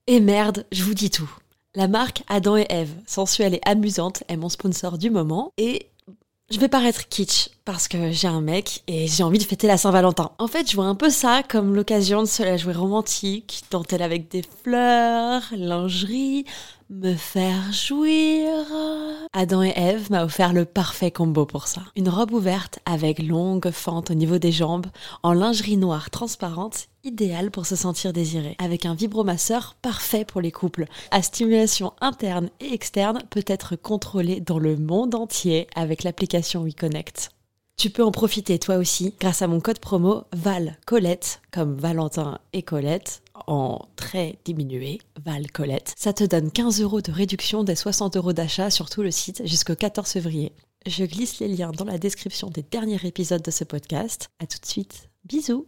Et merde, je vous dis tout. La marque Adam et Ève, sensuelle et amusante, est mon sponsor du moment et je vais paraître kitsch parce que j'ai un mec et j'ai envie de fêter la Saint-Valentin. En fait, je vois un peu ça comme l'occasion de se la jouer romantique, dentelle avec des fleurs, lingerie, me faire jouir. Adam et Ève m'a offert le parfait combo pour ça. Une robe ouverte avec longue fente au niveau des jambes, en lingerie noire transparente, idéale pour se sentir désiré. Avec un vibromasseur parfait pour les couples. À stimulation interne et externe, peut être contrôlée dans le monde entier avec l'application WeConnect. Tu peux en profiter toi aussi grâce à mon code promo VALCOLETTE, comme Valentin et Colette, en très diminué, VALCOLETTE. Ça te donne 15 € de réduction des 60 € d'achat sur tout le site jusqu'au 14 février. Je glisse les liens dans la description des derniers épisodes de ce podcast. À tout de suite. Bisous.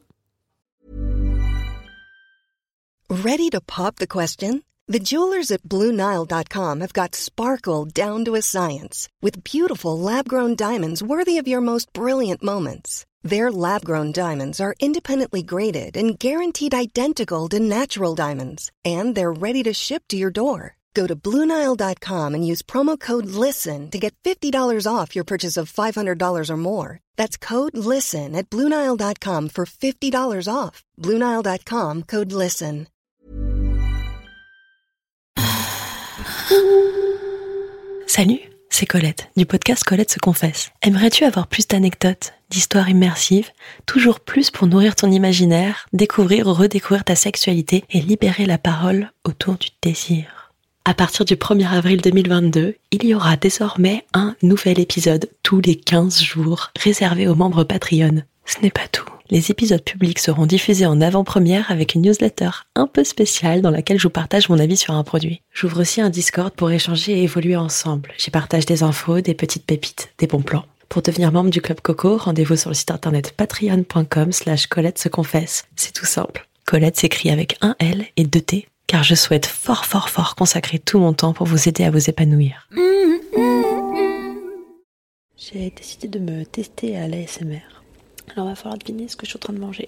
Ready to pop the question? The jewelers at BlueNile.com have got sparkle down to a science with beautiful lab-grown diamonds worthy of your most brilliant moments. Their lab-grown diamonds are independently graded and guaranteed identical to natural diamonds, and they're ready to ship to your door. Go to BlueNile.com and use promo code LISTEN to get $50 off your purchase of $500 or more. That's code LISTEN at BlueNile.com for $50 off. BlueNile.com, code LISTEN. Salut, c'est Colette, du podcast Colette se confesse. Aimerais-tu avoir plus d'anecdotes, d'histoires immersives, toujours plus pour nourrir ton imaginaire, découvrir ou redécouvrir ta sexualité et libérer la parole autour du désir? À partir du 1er avril 2022, il y aura désormais un nouvel épisode tous les 15 jours, réservé aux membres Patreon. Ce n'est pas tout. Les épisodes publics seront diffusés en avant-première avec une newsletter un peu spéciale dans laquelle je vous partage mon avis sur un produit. J'ouvre aussi un Discord pour échanger et évoluer ensemble. J'y partage des infos, des petites pépites, des bons plans. Pour devenir membre du Club Coco, rendez-vous sur le site internet patreon.com/Colette se confesse. C'est tout simple. Colette s'écrit avec un L et 2 T, car je souhaite fort consacrer tout mon temps pour vous aider à vous épanouir. J'ai décidé de me tester à l'ASMR. Alors, il va falloir deviner ce que je suis en train de manger.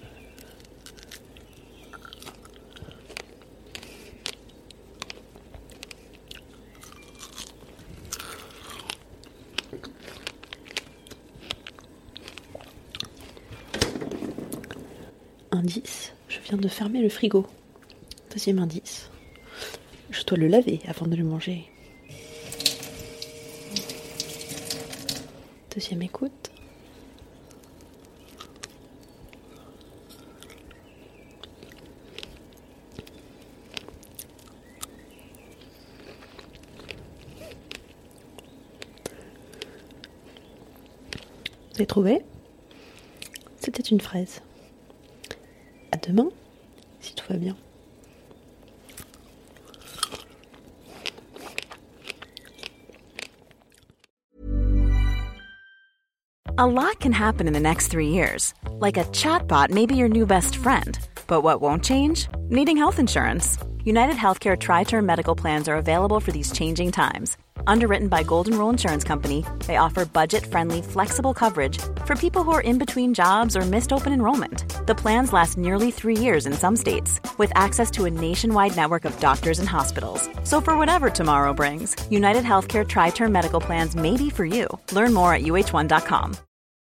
Indice, je viens de fermer le frigo. Deuxième indice, je dois le laver avant de le manger. Deuxième écoute. Vous avez trouvé? C'était une fraise. À demain, si tout va bien. A lot can happen in the next 3 years. Like a chatbot may be your new best friend. But what won't change? Needing health insurance. United Healthcare Tri-Term Medical Plans are available for these changing times. Underwritten by Golden Rule Insurance Company, they offer budget-friendly, flexible coverage for people who are in between jobs or missed open enrollment. The plans last nearly 3 years in some states, with access to a nationwide network of doctors and hospitals. So for whatever tomorrow brings, United Healthcare Tri-Term Medical Plans may be for you. Learn more at uh1.com.